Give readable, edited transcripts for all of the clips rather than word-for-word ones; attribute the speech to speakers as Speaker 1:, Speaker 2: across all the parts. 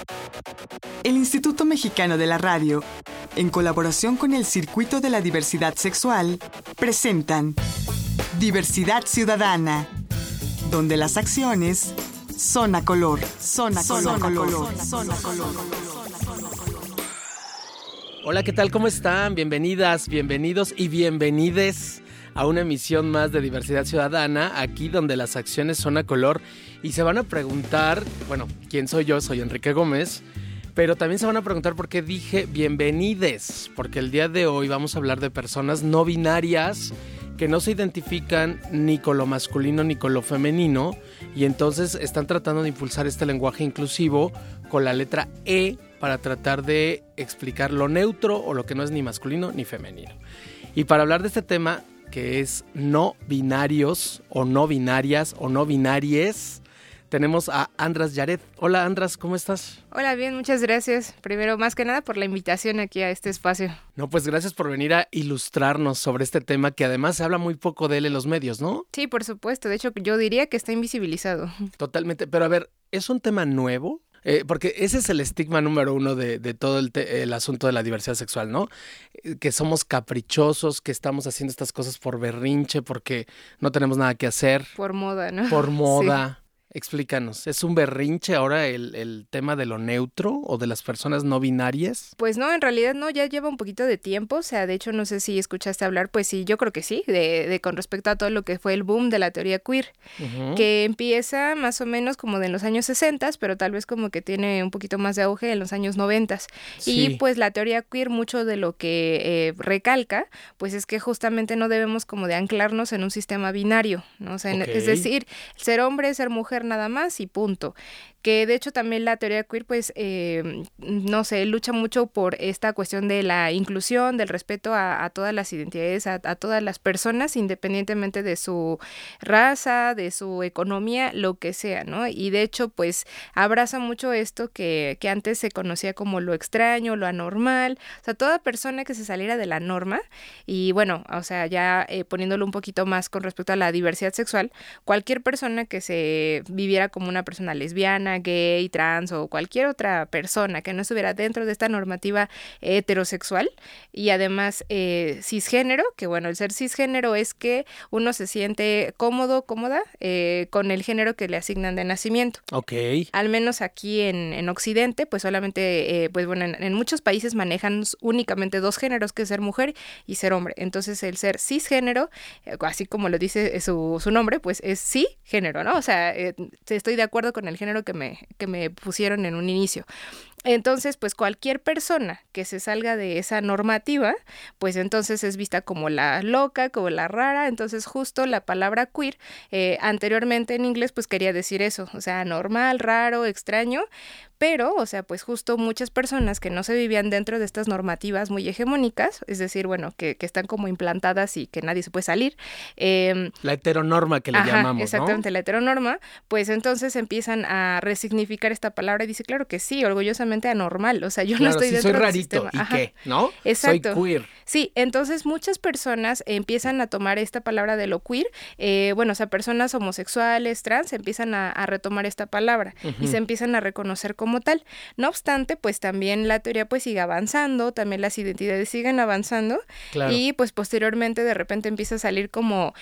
Speaker 1: El Instituto Mexicano de la Radio, en colaboración con el Circuito de la Diversidad Sexual, presentan Diversidad Ciudadana, donde las acciones son a color, son a color.
Speaker 2: Hola, ¿qué tal? ¿Cómo están? Bienvenidas, bienvenidos y bienvenides a una emisión más de Diversidad Ciudadana, aquí donde las acciones son a color. Y se van a preguntar, bueno, ¿quién soy yo? Soy Enrique Gómez. Pero también se van a preguntar por qué dije bienvenides, porque el día de hoy vamos a hablar de personas no binarias que no se identifican ni con lo masculino ni con lo femenino, y entonces están tratando de impulsar este lenguaje inclusivo con la letra E para tratar de explicar lo neutro o lo que no es ni masculino ni femenino. Y para hablar de este tema, que es no binarios o no binarias o no binaries, tenemos a Andras Yared. Hola Andras, ¿cómo estás?
Speaker 3: Hola, bien, muchas gracias. Primero, más que nada, por la invitación aquí a este espacio.
Speaker 2: No, pues gracias por venir a ilustrarnos sobre este tema que además se habla muy poco de él en los medios, ¿no?
Speaker 3: Sí, por supuesto. De hecho, yo diría que está invisibilizado.
Speaker 2: Totalmente. Pero a ver, ¿es un tema nuevo? Porque ese es el estigma número uno de todo el asunto de la diversidad sexual, ¿no? Que somos caprichosos, que estamos haciendo estas cosas por berrinche, porque no tenemos nada que hacer.
Speaker 3: Por moda, ¿no?
Speaker 2: Por moda.
Speaker 3: Sí.
Speaker 2: Explícanos, ¿es un berrinche ahora el tema de lo neutro o de las personas no binarias?
Speaker 3: Pues no, en realidad no, ya lleva un poquito de tiempo, o sea, de hecho no sé si escuchaste hablar, pues sí, yo creo que sí, de con respecto a todo lo que fue el boom de la teoría queer, que empieza más o menos como de los años 60, pero tal vez como que tiene un poquito más de auge en los años 90. Sí. Y pues la teoría queer, mucho de lo que recalca, pues es que justamente no debemos como de anclarnos en un sistema binario, ¿no? O sea, es decir, ser hombre, ser mujer, nada más y punto. Que de hecho también la teoría queer, pues, no sé, lucha mucho por esta cuestión de la inclusión, del respeto a todas las identidades, a todas las personas, independientemente de su raza, de su economía, lo que sea, ¿no? Y de hecho, pues, abraza mucho esto que antes se conocía como lo extraño, lo anormal, o sea, toda persona que se saliera de la norma, y bueno, o sea, ya poniéndolo un poquito más con respecto a la diversidad sexual, cualquier persona que se viviera como una persona lesbiana, gay, trans o cualquier otra persona que no estuviera dentro de esta normativa heterosexual y además cisgénero, que bueno, el ser cisgénero es que uno se siente cómoda con el género que le asignan de nacimiento.
Speaker 2: Ok.
Speaker 3: Al menos aquí en Occidente, pues solamente, pues bueno, en muchos países manejan únicamente dos géneros, que es ser mujer y ser hombre. Entonces el ser cisgénero, así como lo dice su nombre, pues es sí género, ¿no? O sea, estoy de acuerdo con el género que me pusieron en un inicio. Entonces, pues cualquier persona que se salga de esa normativa, pues entonces es vista como la loca, como la rara. Entonces justo la palabra queer, anteriormente en inglés, pues quería decir eso, o sea, normal, raro, extraño, pero, o sea, pues justo muchas personas que no se vivían dentro de estas normativas muy hegemónicas, es decir, bueno, que están como implantadas y que nadie se puede salir.
Speaker 2: La heteronorma que le llamamos,
Speaker 3: exactamente,
Speaker 2: ¿no?
Speaker 3: La heteronorma, pues entonces empiezan a resignificar esta palabra y dice, claro que sí, orgullosamente anormal, o sea, yo
Speaker 2: claro,
Speaker 3: no estoy
Speaker 2: sí,
Speaker 3: dentro
Speaker 2: soy
Speaker 3: del
Speaker 2: rarito,
Speaker 3: sistema.
Speaker 2: ¿y
Speaker 3: Ajá.
Speaker 2: qué? ¿No?
Speaker 3: Exacto.
Speaker 2: Soy queer.
Speaker 3: Sí, entonces muchas personas empiezan a tomar esta palabra de lo queer, bueno, o sea, personas homosexuales, trans, empiezan a retomar esta palabra y se empiezan a reconocer como tal. No obstante, pues también la teoría pues sigue avanzando, también las identidades siguen avanzando, claro. Y pues posteriormente de repente empieza a salir como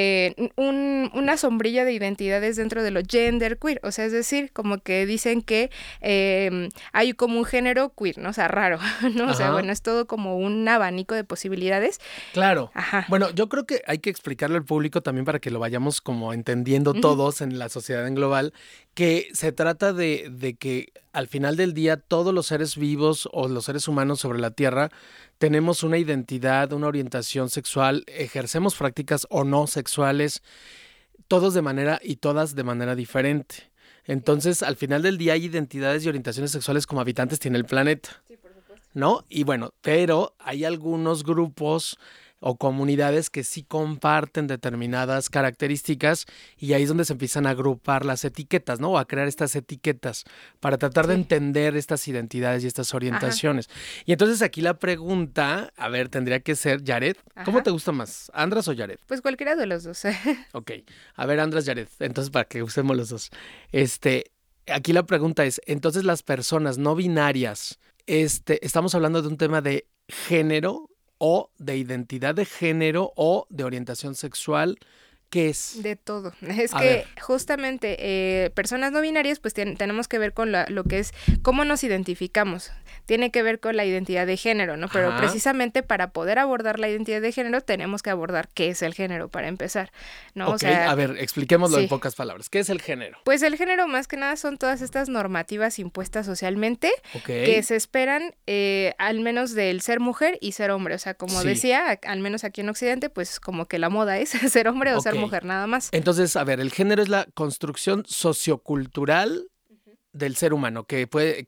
Speaker 3: una sombrilla de identidades dentro de lo gender queer, o sea, es decir, como que dicen que hay como un género queer, ¿no? O sea, raro, ¿no? O sea, bueno, es todo como un abanico de posibilidades.
Speaker 2: Claro.
Speaker 3: Ajá.
Speaker 2: Bueno, yo creo que hay que explicarle al público también para que lo vayamos como entendiendo todos en la sociedad en global, que se trata de que al final del día todos los seres vivos o los seres humanos sobre la Tierra tenemos una identidad, una orientación sexual, ejercemos prácticas o no sexuales, todos de manera y todas de manera diferente. Entonces, al final del día hay identidades y orientaciones sexuales como habitantes tiene el planeta. Sí, por supuesto. ¿No? Y bueno, pero hay algunos grupos o comunidades que sí comparten determinadas características y ahí es donde se empiezan a agrupar las etiquetas, ¿no? O a crear estas etiquetas para tratar de entender estas identidades y estas orientaciones. Ajá. Y entonces aquí la pregunta, a ver, tendría que ser, Yared, ¿cómo te gusta más, Andras o Yared?
Speaker 3: Pues cualquiera de los dos.
Speaker 2: Ok, a ver, Andras, Yared, entonces para que usemos los dos. aquí la pregunta es, entonces las personas no binarias, estamos hablando de un tema de género o de identidad de género o de orientación sexual. ¿Qué es?
Speaker 3: De todo. Es
Speaker 2: A
Speaker 3: que
Speaker 2: ver.
Speaker 3: justamente personas no binarias pues tenemos que ver con lo que es cómo nos identificamos. Tiene que ver con la identidad de género, ¿no? Pero
Speaker 2: Ajá.
Speaker 3: precisamente para poder abordar la identidad de género tenemos que abordar qué es el género para empezar, ¿no?
Speaker 2: Ok,
Speaker 3: O sea,
Speaker 2: a ver, expliquémoslo
Speaker 3: sí.
Speaker 2: en pocas palabras. ¿Qué es el género?
Speaker 3: Pues el género más que nada son todas estas normativas impuestas socialmente
Speaker 2: Ok.
Speaker 3: que se esperan al menos del ser mujer y ser hombre. O sea, como
Speaker 2: Sí.
Speaker 3: decía, al menos aquí en Occidente, pues como que la moda es ser hombre o ser
Speaker 2: Ok.
Speaker 3: mujer, nada más.
Speaker 2: Entonces, a ver, el género es la construcción sociocultural del ser humano, que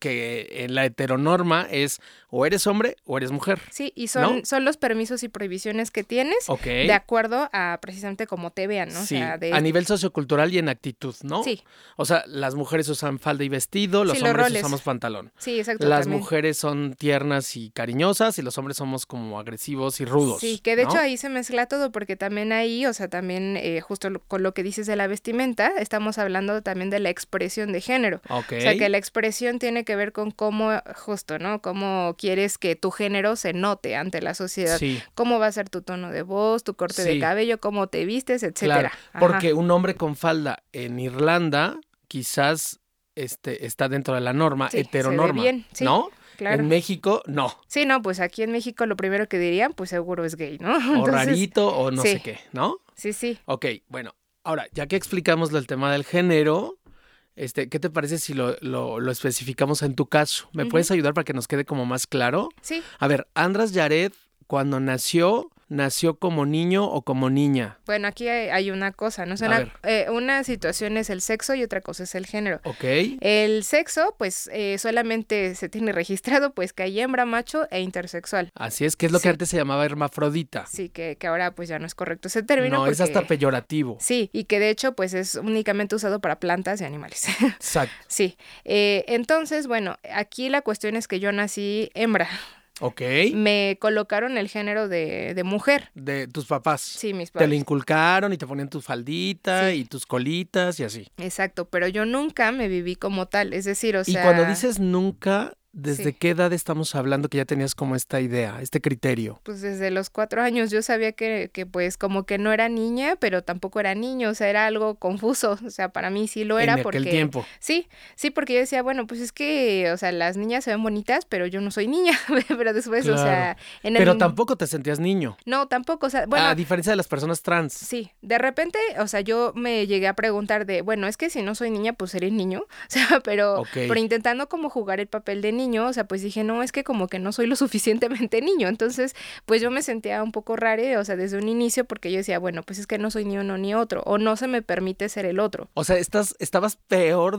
Speaker 2: en la heteronorma es o eres hombre o eres mujer.
Speaker 3: Sí, y
Speaker 2: ¿no?
Speaker 3: son los permisos y prohibiciones que tienes
Speaker 2: Ok.
Speaker 3: de acuerdo a precisamente cómo te vean, ¿no?
Speaker 2: Sí,
Speaker 3: O sea,
Speaker 2: a nivel sociocultural y en actitud, ¿no?
Speaker 3: Sí.
Speaker 2: O sea, las mujeres usan falda y vestido, los
Speaker 3: Sí, los
Speaker 2: hombres
Speaker 3: roles.
Speaker 2: usamos pantalón.
Speaker 3: Sí, exacto.
Speaker 2: Las
Speaker 3: también.
Speaker 2: mujeres son tiernas y cariñosas y los hombres somos como agresivos y rudos.
Speaker 3: Sí, que de
Speaker 2: ¿no?
Speaker 3: hecho ahí se mezcla todo porque también ahí, o sea, también justo con lo que dices de la vestimenta, estamos hablando también de la expresión de género.
Speaker 2: Ok.
Speaker 3: O sea, que la expresión tiene que ver con cómo, justo, ¿no? Cómo quieres que tu género se note ante la sociedad.
Speaker 2: Sí.
Speaker 3: Cómo va a ser tu tono de voz, tu corte de
Speaker 2: Sí.
Speaker 3: cabello, cómo te vistes, etcétera.
Speaker 2: Claro,
Speaker 3: Ajá.
Speaker 2: porque un hombre con falda en Irlanda quizás está dentro de la norma,
Speaker 3: Sí, se ve
Speaker 2: heteronorma,
Speaker 3: bien, sí,
Speaker 2: ¿no?
Speaker 3: claro.
Speaker 2: En México, no.
Speaker 3: Sí, no, pues aquí en México lo primero que dirían, pues seguro es gay, ¿no?
Speaker 2: O rarito o no
Speaker 3: sí.
Speaker 2: sé qué, ¿no?
Speaker 3: Sí, sí.
Speaker 2: Ok, bueno, ahora, ya que explicamos el tema del género, ¿qué te parece si lo especificamos en tu caso? ¿Me puedes ayudar para que nos quede como más claro?
Speaker 3: Sí.
Speaker 2: A ver, András Yared, cuando nació como niño o como niña.
Speaker 3: Bueno, aquí hay una cosa, ¿no? O sea, una situación es el sexo y otra cosa es el género.
Speaker 2: Ok.
Speaker 3: El sexo, pues, solamente se tiene registrado, pues, que hay hembra, macho e intersexual.
Speaker 2: Así es, que es lo que antes se llamaba hermafrodita.
Speaker 3: Sí, que ahora, pues, ya no es correcto ese término.
Speaker 2: No,
Speaker 3: porque...
Speaker 2: es hasta peyorativo.
Speaker 3: Sí, y que de hecho, pues, es únicamente usado para plantas y animales.
Speaker 2: Exacto.
Speaker 3: Sí. Entonces, bueno, aquí la cuestión es que yo nací hembra.
Speaker 2: Ok.
Speaker 3: Me colocaron el género de mujer.
Speaker 2: De tus papás.
Speaker 3: Sí, mis
Speaker 2: Te lo
Speaker 3: padres.
Speaker 2: inculcaron y te ponían tu faldita
Speaker 3: Sí.
Speaker 2: y tus colitas y así.
Speaker 3: Exacto, pero yo nunca me viví como tal, es decir, o sea...
Speaker 2: Y cuando dices nunca, ¿desde
Speaker 3: Sí.
Speaker 2: qué edad estamos hablando que ya tenías como esta idea, este criterio?
Speaker 3: Pues desde los 4 años yo sabía que pues como que no era niña, pero tampoco era niño, o sea, era algo confuso, o sea, para mí sí lo era
Speaker 2: En
Speaker 3: porque...
Speaker 2: aquel tiempo.
Speaker 3: Sí, porque yo decía, bueno, pues es que, o sea, las niñas se ven bonitas, pero yo no soy niña, pero después,
Speaker 2: Claro.
Speaker 3: o sea...
Speaker 2: Pero tampoco te sentías niño.
Speaker 3: No, tampoco, o sea, bueno...
Speaker 2: A diferencia de las personas trans.
Speaker 3: Sí, de repente, o sea, yo me llegué a preguntar de, bueno, es que si no soy niña, pues seré niño, o sea, pero intentando como jugar el papel de niño, o sea, pues dije, no, es que como que no soy lo suficientemente niño, entonces, pues yo me sentía un poco rara, o sea, desde un inicio, porque yo decía, bueno, pues es que no soy ni uno ni otro, o no se me permite ser el otro.
Speaker 2: O sea, estabas peor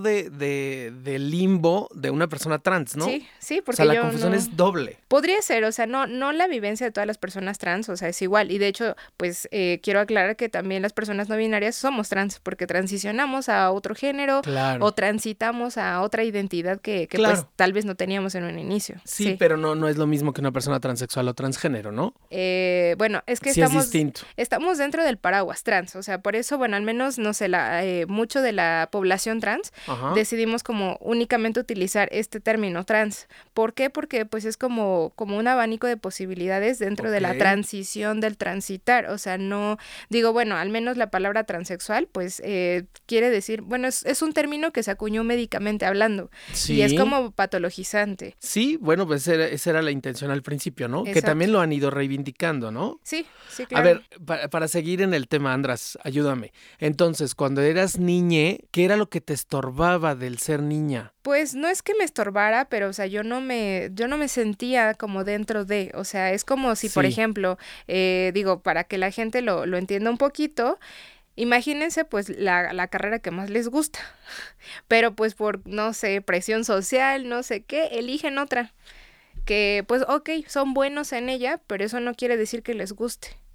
Speaker 2: del limbo de una persona trans, ¿no?
Speaker 3: Sí, porque
Speaker 2: o sea, la
Speaker 3: yo
Speaker 2: confusión
Speaker 3: no...
Speaker 2: es doble.
Speaker 3: Podría ser, o sea, no la vivencia de todas las personas trans, o sea, es igual. Y de hecho, pues quiero aclarar que también las personas no binarias somos trans, porque transicionamos a otro género o transitamos a otra identidad que pues tal vez no teníamos en un inicio.
Speaker 2: Sí, pero no es lo mismo que una persona transexual o transgénero, ¿no?
Speaker 3: Bueno, es que
Speaker 2: sí es distinto.
Speaker 3: Estamos dentro del paraguas trans, o sea, por eso, bueno, al menos, no sé, mucho de la población trans decidimos como únicamente utilizar este término trans. ¿Por qué? Porque pues es como un abanico de posibilidades dentro de la transición del transitar, o sea, no, digo, bueno, al menos la palabra transexual, pues quiere decir, bueno, es un término que se acuñó médicamente hablando y es como patologizante.
Speaker 2: Sí, bueno, pues esa era la intención al principio, ¿no?
Speaker 3: Exacto.
Speaker 2: Que también lo han ido reivindicando, ¿no?
Speaker 3: Sí, claro.
Speaker 2: A ver, para seguir en el tema, András, ayúdame. Entonces, cuando eras niñe, ¿qué era lo que te estorbaba del ser niña?
Speaker 3: Pues no es que me estorbara, pero o sea, yo no me sentía como dentro de, o sea, es como si, por ejemplo, digo, para que la gente lo entienda un poquito, imagínense pues la carrera que más les gusta, pero pues por, no sé, presión social, no sé qué, eligen otra, que pues son buenos en ella, pero eso no quiere decir que les guste.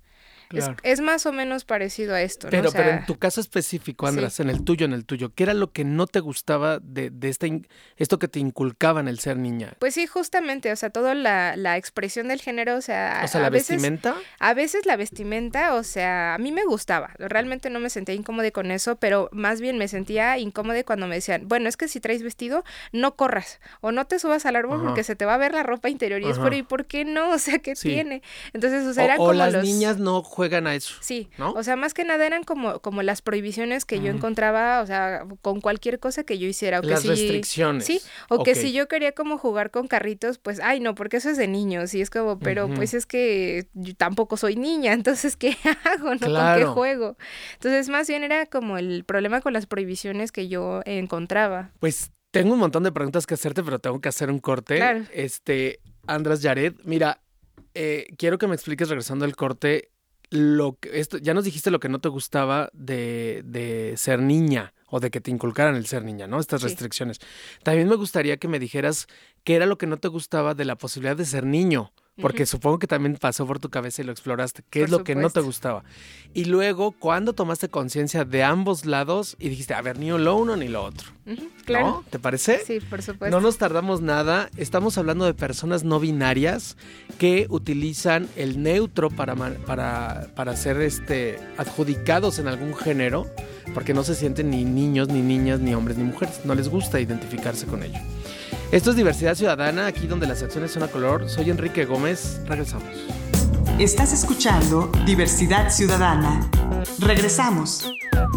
Speaker 2: Claro.
Speaker 3: Es más o menos parecido a esto, ¿no?
Speaker 2: Pero,
Speaker 3: O sea,
Speaker 2: pero en tu caso específico, András,
Speaker 3: sí.
Speaker 2: en el tuyo, ¿qué era lo que no te gustaba de esto que te inculcaban el ser niña?
Speaker 3: Pues sí, justamente, o sea, toda la expresión del género, o sea,
Speaker 2: O sea, ¿la vestimenta?
Speaker 3: A veces la vestimenta, o sea, a mí me gustaba, realmente no me sentía incómoda con eso, pero más bien me sentía incómoda cuando me decían, bueno, es que si traes vestido, no corras o no te subas al árbol porque se te va a ver la ropa interior. Y es, pero ¿y por qué no? O sea, ¿qué tiene? Entonces, o sea, eran como
Speaker 2: las niñas no juegan a eso.
Speaker 3: Sí,
Speaker 2: ¿no?
Speaker 3: O sea, más que nada eran como las prohibiciones que yo encontraba, o sea, con cualquier cosa que yo hiciera. O
Speaker 2: las
Speaker 3: que
Speaker 2: restricciones.
Speaker 3: Sí, o que si yo quería como jugar con carritos, pues, ay, no, porque eso es de niños. Y es como, pero pues es que yo tampoco soy niña, entonces, ¿qué hago? ¿No?
Speaker 2: Claro.
Speaker 3: ¿Con qué juego? Entonces, más bien era como el problema con las prohibiciones que yo encontraba.
Speaker 2: Pues tengo un montón de preguntas que hacerte, pero tengo que hacer un corte.
Speaker 3: Claro.
Speaker 2: András Yared, mira, quiero que me expliques regresando al corte ya nos dijiste lo que no te gustaba de ser niña o de que te inculcaran el ser niña, ¿no? Estas restricciones. También me gustaría que me dijeras qué era lo que no te gustaba de la posibilidad de ser niño, porque supongo que también pasó por tu cabeza y lo exploraste. ¿Qué es lo que no te gustaba? Y luego, ¿cuándo tomaste conciencia de ambos lados y dijiste, a ver, ni lo uno ni lo otro?
Speaker 3: Claro.
Speaker 2: ¿No? ¿Te parece?
Speaker 3: Sí, por supuesto.
Speaker 2: No nos tardamos nada. Estamos hablando de personas no binarias que utilizan el neutro para ser adjudicados en algún género, porque no se sienten ni niños, ni niñas, ni hombres, ni mujeres. No les gusta identificarse con ello. Esto es Diversidad Ciudadana, aquí donde las acciones son a color. Soy Enrique Gómez. Regresamos.
Speaker 1: Estás escuchando Diversidad Ciudadana. Regresamos.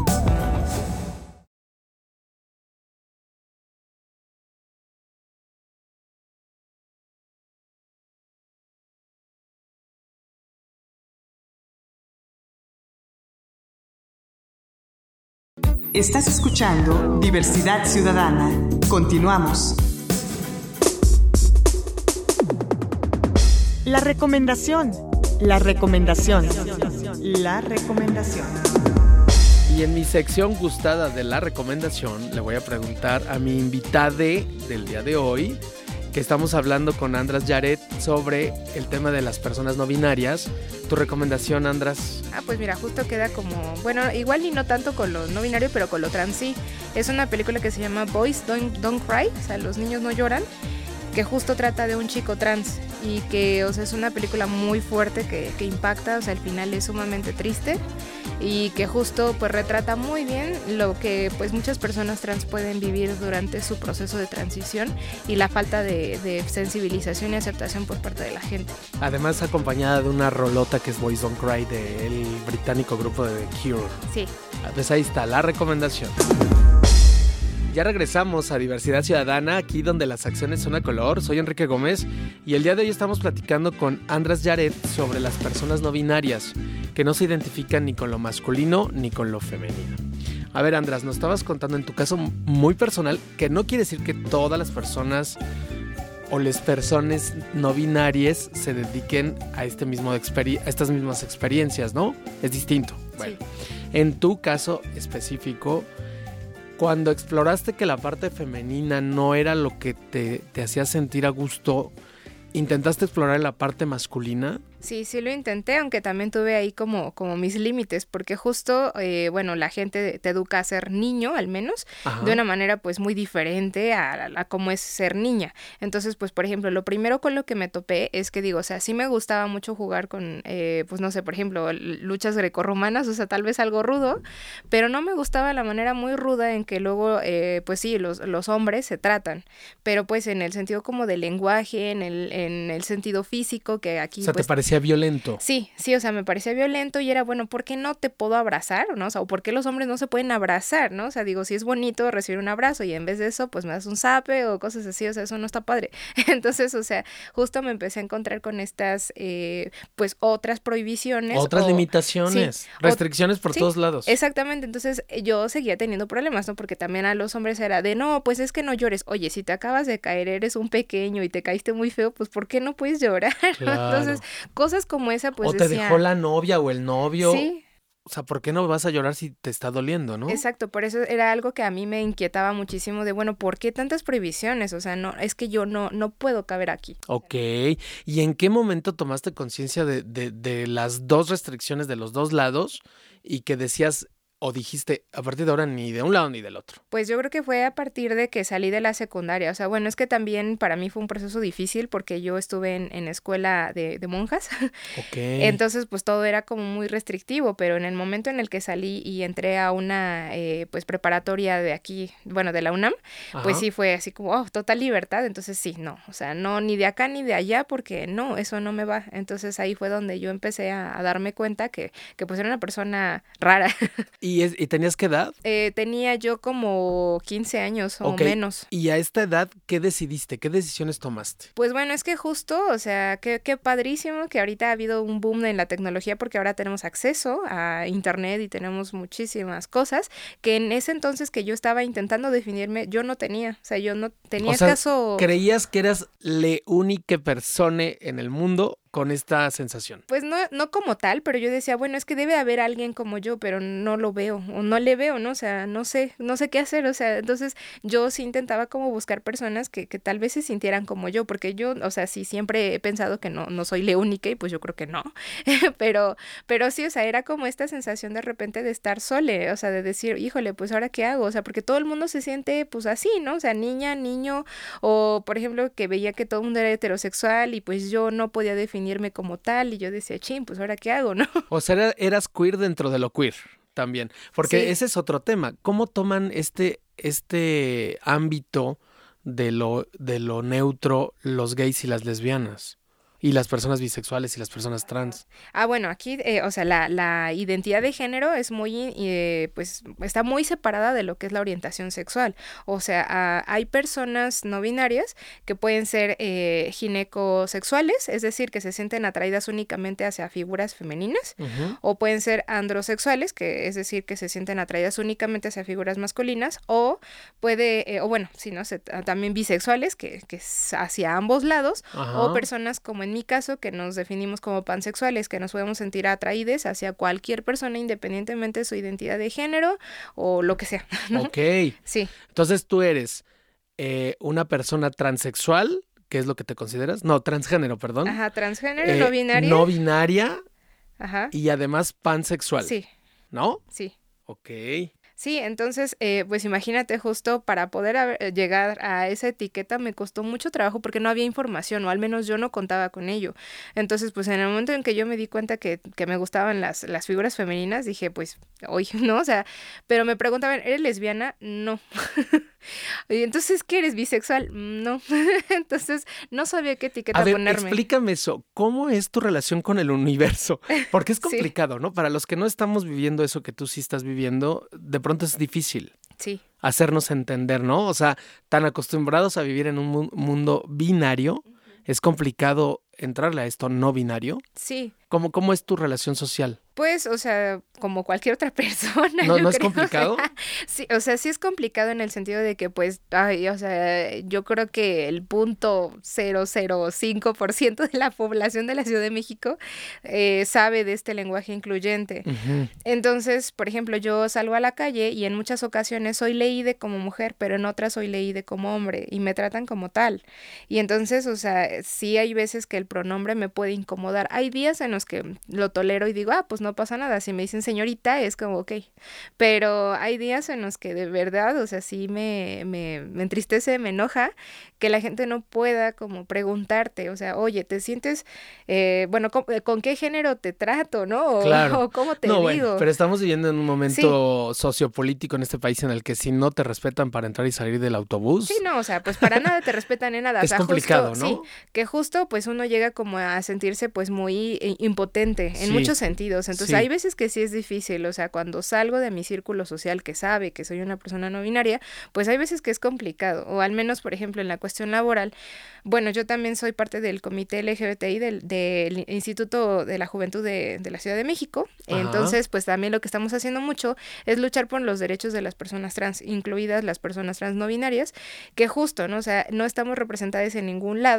Speaker 1: Estás escuchando Diversidad Ciudadana. Continuamos. La recomendación. La recomendación. La recomendación.
Speaker 2: Y en mi sección gustada de la recomendación, le voy a preguntar a mi invitada del día de hoy, que estamos hablando con András Yared sobre el tema de las personas no binarias. ¿Tu recomendación, András?
Speaker 3: Pues mira, justo queda como, bueno, igual y no tanto con lo no binario, pero con lo trans sí. Es una película que se llama Boys Don't Cry, o sea, los niños no lloran, que justo trata de un chico trans y que, o sea, es una película muy fuerte que impacta, o sea, el final es sumamente triste y que justo pues retrata muy bien lo que pues muchas personas trans pueden vivir durante su proceso de transición y la falta de sensibilización y aceptación por parte de la gente.
Speaker 2: Además acompañada de una rolota que es Boys Don't Cry del británico grupo de The Cure.
Speaker 3: Sí.
Speaker 2: Pues ahí está la recomendación. Ya regresamos a Diversidad Ciudadana, aquí donde las acciones son a color. Soy Enrique Gómez y el día de hoy estamos platicando con András Yared sobre las personas no binarias que no se identifican ni con lo masculino ni con lo femenino. A ver, András, nos estabas contando en tu caso muy personal, que no quiere decir que todas las personas o las personas no binarias se dediquen a estas mismas experiencias, ¿no? Es distinto. Bueno, sí. En tu caso específico, cuando exploraste que la parte femenina no era lo que te hacía sentir a gusto, ¿intentaste explorar la parte masculina?
Speaker 3: Sí, sí lo intenté, aunque también tuve ahí como mis límites, porque justo, bueno, la gente te educa a ser niño, al menos, de una manera pues muy diferente a cómo es ser niña. Entonces, pues, por ejemplo, lo primero con lo que me topé es que digo, o sea, sí me gustaba mucho jugar con, pues, no sé, por ejemplo, luchas grecorromanas, o sea, tal vez algo rudo, pero no me gustaba la manera muy ruda en que luego, pues sí, los hombres se tratan, pero pues en el sentido como del lenguaje, en el sentido físico, que aquí,
Speaker 2: o sea,
Speaker 3: pues,
Speaker 2: ¿te parecía violento?
Speaker 3: Sí, o sea, me parecía violento y era, bueno, ¿por qué no te puedo abrazar, no? O sea, ¿o por qué los hombres no se pueden abrazar, no? O sea, digo, si es bonito recibir un abrazo y en vez de eso, pues me das un zape o cosas así, o sea, eso no está padre. Entonces, o sea, justo me empecé a encontrar con estas, pues, otras prohibiciones.
Speaker 2: Otras limitaciones, sí, restricciones por todos lados.
Speaker 3: Exactamente, entonces yo seguía teniendo problemas, ¿no? Porque también a los hombres era de, no, pues es que no llores. Oye, si te acabas de caer, eres un pequeño y te caíste muy feo, pues, ¿por qué no puedes llorar?
Speaker 2: Claro.
Speaker 3: Entonces, cosas como esa, pues
Speaker 2: o te
Speaker 3: decía,
Speaker 2: dejó la novia o el novio.
Speaker 3: Sí.
Speaker 2: O sea, ¿por qué no vas a llorar si te está doliendo, no?
Speaker 3: Exacto, por eso era algo que a mí me inquietaba muchísimo de, bueno, ¿por qué tantas prohibiciones? O sea, no, es que yo no puedo caber aquí.
Speaker 2: Ok, ¿y en qué momento tomaste conciencia de las dos restricciones de los dos lados y que decías o dijiste, a partir de ahora ni de un lado ni del otro?
Speaker 3: Pues yo creo que fue a partir de que salí de la secundaria. O sea, bueno, es que también para mí fue un proceso difícil porque yo estuve en escuela de monjas.
Speaker 2: Ok.
Speaker 3: Entonces, pues todo era como muy restrictivo, pero en el momento en el que salí y entré a una pues preparatoria de aquí, bueno, de la UNAM, pues
Speaker 2: Ajá.
Speaker 3: sí fue así como, oh, total libertad. Entonces sí, no, o sea, no, ni de acá ni de allá porque no, eso no me va. Entonces ahí fue donde yo empecé a darme cuenta que pues era una persona rara.
Speaker 2: ¿Y tenías qué edad?
Speaker 3: Tenía yo como 15 años o
Speaker 2: Ok.
Speaker 3: menos.
Speaker 2: ¿Y a esta edad qué decidiste? ¿Qué decisiones tomaste?
Speaker 3: Pues bueno, es que justo, o sea, qué padrísimo que ahorita ha habido un boom en la tecnología porque ahora tenemos acceso a internet y tenemos muchísimas cosas que en ese entonces que yo estaba intentando definirme, yo no tenía. O sea, yo no tenía
Speaker 2: O sea,
Speaker 3: escaso...
Speaker 2: ¿creías que eras la única persona en el mundo con esta sensación?
Speaker 3: Pues no como tal, pero yo decía, bueno, es que debe haber alguien como yo, pero no lo veo, o no le veo, ¿no? O sea, no sé qué hacer, o sea, entonces yo sí intentaba como buscar personas que tal vez se sintieran como yo, porque yo, o sea, sí siempre he pensado que no soy la única y pues yo creo que no, pero sí, o sea, era como esta sensación de repente de estar sole, o sea, de decir, híjole, pues ahora qué hago, o sea, porque todo el mundo se siente pues así, ¿no? O sea, niña, niño, o por ejemplo que veía que todo el mundo era heterosexual y pues yo no podía definirme como tal y yo decía, chin, pues ahora qué hago, ¿no?
Speaker 2: O sea, eras queer dentro de lo queer también. Porque
Speaker 3: Sí.
Speaker 2: ese es otro tema. ¿Cómo toman este ámbito de lo neutro los gays y las lesbianas? Y las personas bisexuales y las personas trans.
Speaker 3: Bueno, aquí, o sea, la identidad de género es muy, pues, está muy separada de lo que es la orientación sexual. O sea, hay personas no binarias que pueden ser ginecosexuales, es decir, que se sienten atraídas únicamente hacia figuras femeninas,
Speaker 2: Ujú.
Speaker 3: o pueden ser androsexuales, que es decir, que se sienten atraídas únicamente hacia figuras masculinas, o o bueno, sí, ¿no? También bisexuales, que es hacia ambos lados,
Speaker 2: Ajá.
Speaker 3: o personas como en mi caso, que nos definimos como pansexuales, que nos podemos sentir atraídos hacia cualquier persona independientemente de su identidad de género o lo que sea, ¿no?
Speaker 2: Ok.
Speaker 3: Sí,
Speaker 2: Entonces tú eres una persona transexual, ¿qué es lo que te consideras? No, transgénero, perdón.
Speaker 3: ajá, transgénero, no binaria.
Speaker 2: No binaria
Speaker 3: Ajá,
Speaker 2: y además pansexual.
Speaker 3: sí,
Speaker 2: ¿No?
Speaker 3: sí.
Speaker 2: Ok.
Speaker 3: Sí, entonces, pues imagínate justo para poder llegar a esa etiqueta me costó mucho trabajo porque no había información o al menos yo no contaba con ello. Entonces, pues en el momento en que yo me di cuenta que me gustaban las figuras femeninas, dije, pues, hoy, ¿no? O sea, pero me preguntaban, ¿eres lesbiana? No. Y entonces, ¿qué eres bisexual? No. Entonces, no sabía qué etiqueta
Speaker 2: A ver,
Speaker 3: ponerme.
Speaker 2: explícame eso. ¿Cómo es tu relación con el universo? Porque es
Speaker 3: Sí.
Speaker 2: complicado, ¿no? Para los que no estamos viviendo eso que tú sí estás viviendo, de pronto es difícil
Speaker 3: Sí.
Speaker 2: hacernos entender, ¿no? O sea, tan acostumbrados a vivir en un mundo binario, es complicado entrarle a esto no binario.
Speaker 3: Sí.
Speaker 2: ¿Cómo es tu relación social?
Speaker 3: Pues, o sea, como cualquier otra persona.
Speaker 2: ¿No
Speaker 3: yo
Speaker 2: es
Speaker 3: creo,
Speaker 2: complicado?
Speaker 3: O sea, sí, o sea, sí es complicado en el sentido de que, pues, ay, o sea, yo creo que el 0.005% de la población de la Ciudad de México sabe de este lenguaje incluyente.
Speaker 2: Ujú.
Speaker 3: Entonces, por ejemplo, yo salgo a la calle y en muchas ocasiones soy leída como mujer, pero en otras soy leída como hombre y me tratan como tal. Y entonces, o sea, sí hay veces que el pronombre me puede incomodar. Hay días en los que lo tolero y digo, pues no pasa nada. Si me dicen señorita, es como, ok. Pero hay días en los que de verdad, o sea, sí me entristece, me enoja que la gente no pueda como preguntarte, o sea, oye, ¿te sientes, bueno, con qué género te trato, ¿no?
Speaker 2: Claro.
Speaker 3: O cómo te
Speaker 2: No,
Speaker 3: digo.
Speaker 2: bueno, pero estamos viviendo en un momento sociopolítico en este país en el que si no te respetan para entrar y salir del autobús,
Speaker 3: Sí, no, o sea, pues para nada te respetan en nada. O
Speaker 2: es
Speaker 3: sea,
Speaker 2: complicado,
Speaker 3: justo,
Speaker 2: ¿no?
Speaker 3: sí, que justo pues uno llega como a sentirse pues muy impotente en
Speaker 2: Sí,
Speaker 3: muchos sentidos. Entonces
Speaker 2: sí.
Speaker 3: hay veces que sí es difícil, o sea, cuando salgo de mi círculo social que sabe que soy una persona no binaria, pues hay veces que es complicado. O al menos, por ejemplo, en la cuestión laboral, bueno, yo también soy parte del comité LGBTI del Instituto de la Juventud de la Ciudad de México.
Speaker 2: Ajá.
Speaker 3: Entonces, pues también lo que estamos haciendo mucho es luchar por los derechos de las personas trans, incluidas las personas trans no binarias, que justo, ¿no? O sea, no estamos representadas en ningún lado.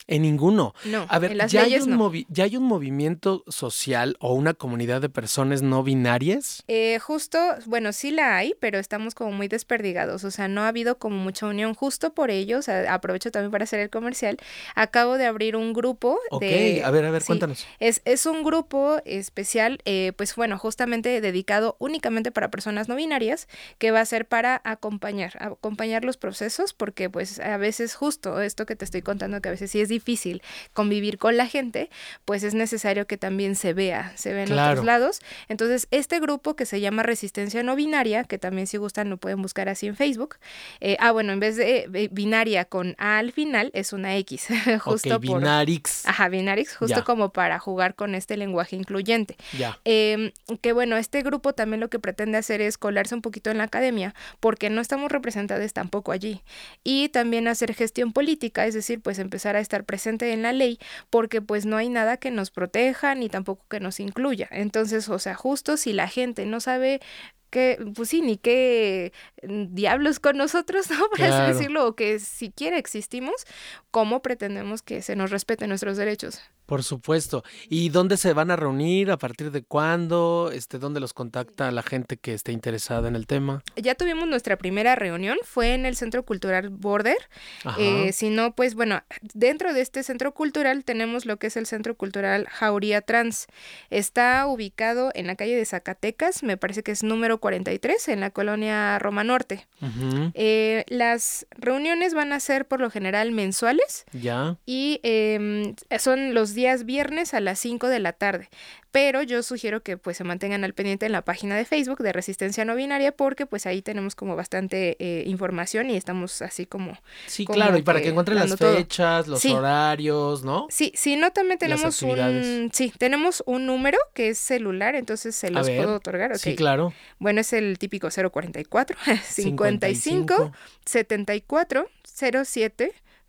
Speaker 2: En ninguno.
Speaker 3: No,
Speaker 2: a ver,
Speaker 3: en las
Speaker 2: ¿ya
Speaker 3: leyes no.
Speaker 2: ¿Ya hay un movimiento social o una comunidad de personas no binarias?
Speaker 3: Justo, bueno, sí la hay, pero estamos como muy desperdigados, o sea, no ha habido como mucha unión justo por ello, o sea, aprovecho también para hacer el comercial. Acabo de abrir un grupo de...
Speaker 2: Ok, a ver,
Speaker 3: sí,
Speaker 2: cuéntanos.
Speaker 3: Es un grupo especial, pues bueno, justamente dedicado únicamente para personas no binarias, que va a ser para acompañar los procesos, porque pues a veces justo esto que te estoy contando, que a veces sí es difícil convivir con la gente, pues es necesario que también se vea en otros lados. Entonces, este grupo que se llama Resistencia No Binaria, que también si gustan lo pueden buscar así en Facebook. Bueno, en vez de binaria con A al final, es una X. Justo
Speaker 2: por Binarix.
Speaker 3: Ajá, Binarix, justo como para jugar con este lenguaje incluyente.
Speaker 2: Ya.
Speaker 3: Que bueno, este grupo también lo que pretende hacer es colarse un poquito en la academia, porque no estamos representados tampoco allí. Y también hacer gestión política, es decir, pues empezar a estar presente en la ley, porque pues no hay nada que nos proteja ni tampoco que nos incluya. Entonces, o sea, justo si la gente no sabe pues sí, ni qué diablos con nosotros, ¿no? Por así decirlo, o que siquiera existimos, ¿cómo pretendemos que se nos respeten nuestros derechos?
Speaker 2: Por supuesto. ¿Y dónde se van a reunir? ¿A partir de cuándo? ¿Dónde los contacta la gente que esté interesada en el tema?
Speaker 3: Ya tuvimos nuestra primera reunión, fue en el Centro Cultural Border. Si no, pues bueno, dentro de este Centro Cultural tenemos lo que es el Centro Cultural Jauría Trans. Está ubicado en la calle de Zacatecas, me parece que es número 43, en la colonia Roma Norte. Las reuniones van a ser por lo general mensuales.
Speaker 2: Ya.
Speaker 3: Y son los días viernes a las 5 de la tarde. Pero yo sugiero que pues se mantengan al pendiente en la página de Facebook de Resistencia No Binaria, porque pues ahí tenemos como bastante información y estamos así como...
Speaker 2: Sí, claro, y para que encuentren las fechas, los horarios, ¿no?
Speaker 3: Sí, no, también tenemos tenemos un número que es celular, entonces se los puedo otorgar. Okay.
Speaker 2: Sí, claro.
Speaker 3: Bueno, es el típico 044 55 74 07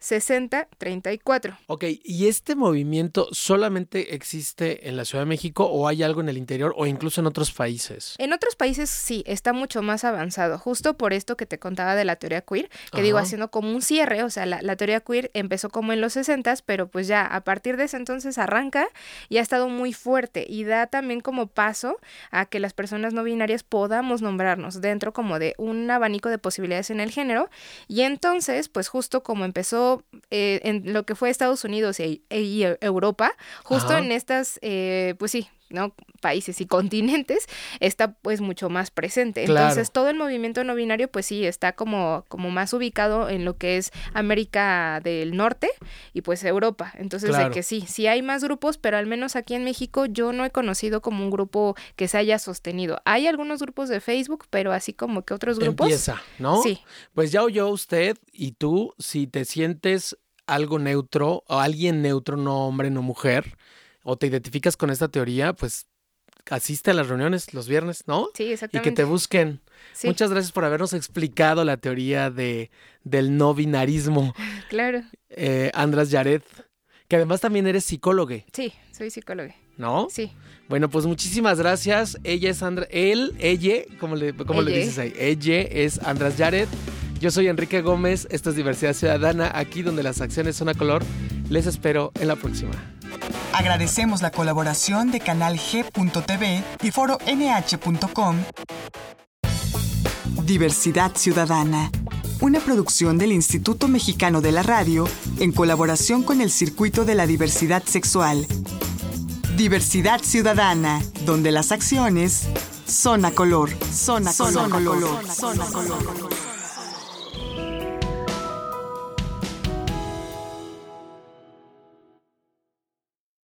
Speaker 3: 6034.
Speaker 2: Ok, ¿y este movimiento solamente existe en la Ciudad de México o hay algo en el interior o incluso en otros países?
Speaker 3: En otros países sí, está mucho más avanzado, justo por esto que te contaba de la teoría queer, que digo, haciendo como un cierre, o sea, la teoría queer empezó como en los 60s, pero pues ya a partir de ese entonces arranca y ha estado muy fuerte y da también como paso a que las personas no binarias podamos nombrarnos dentro como de un abanico de posibilidades en el género, y entonces pues justo como empezó en lo que fue Estados Unidos y Europa, justo en estas, pues sí, ¿no? Países y continentes, está pues mucho más presente.
Speaker 2: Claro.
Speaker 3: Entonces todo el movimiento no binario pues sí está como más ubicado en lo que es América del Norte y pues Europa. Entonces de que sí hay más grupos, pero al menos aquí en México yo no he conocido como un grupo que se haya sostenido. Hay algunos grupos de Facebook, pero así como que otros grupos.
Speaker 2: Empieza, ¿no?
Speaker 3: Sí.
Speaker 2: Pues ya oyó usted, y tú, si te sientes algo neutro o alguien neutro, no hombre, no mujer, o te identificas con esta teoría, pues asiste a las reuniones los viernes, ¿no?
Speaker 3: Sí, exactamente.
Speaker 2: Y que te busquen. Sí. Muchas gracias por habernos explicado la teoría del no binarismo.
Speaker 3: Claro.
Speaker 2: András Yared, que además también eres psicóloga.
Speaker 3: Sí, soy psicóloga.
Speaker 2: ¿No?
Speaker 3: Sí.
Speaker 2: Bueno, pues muchísimas gracias. Ella es ella, ¿cómo le dices ahí? Ella es András Yared. Yo soy Enrique Gómez, esto es Diversidad Ciudadana, aquí donde las acciones son a color. Les espero en la próxima.
Speaker 1: Agradecemos la colaboración de Canal G.tv y Foro NH.com. Diversidad Ciudadana, una producción del Instituto Mexicano de la Radio en colaboración con el Circuito de la Diversidad Sexual. Diversidad Ciudadana, donde las acciones son a color. Son a color.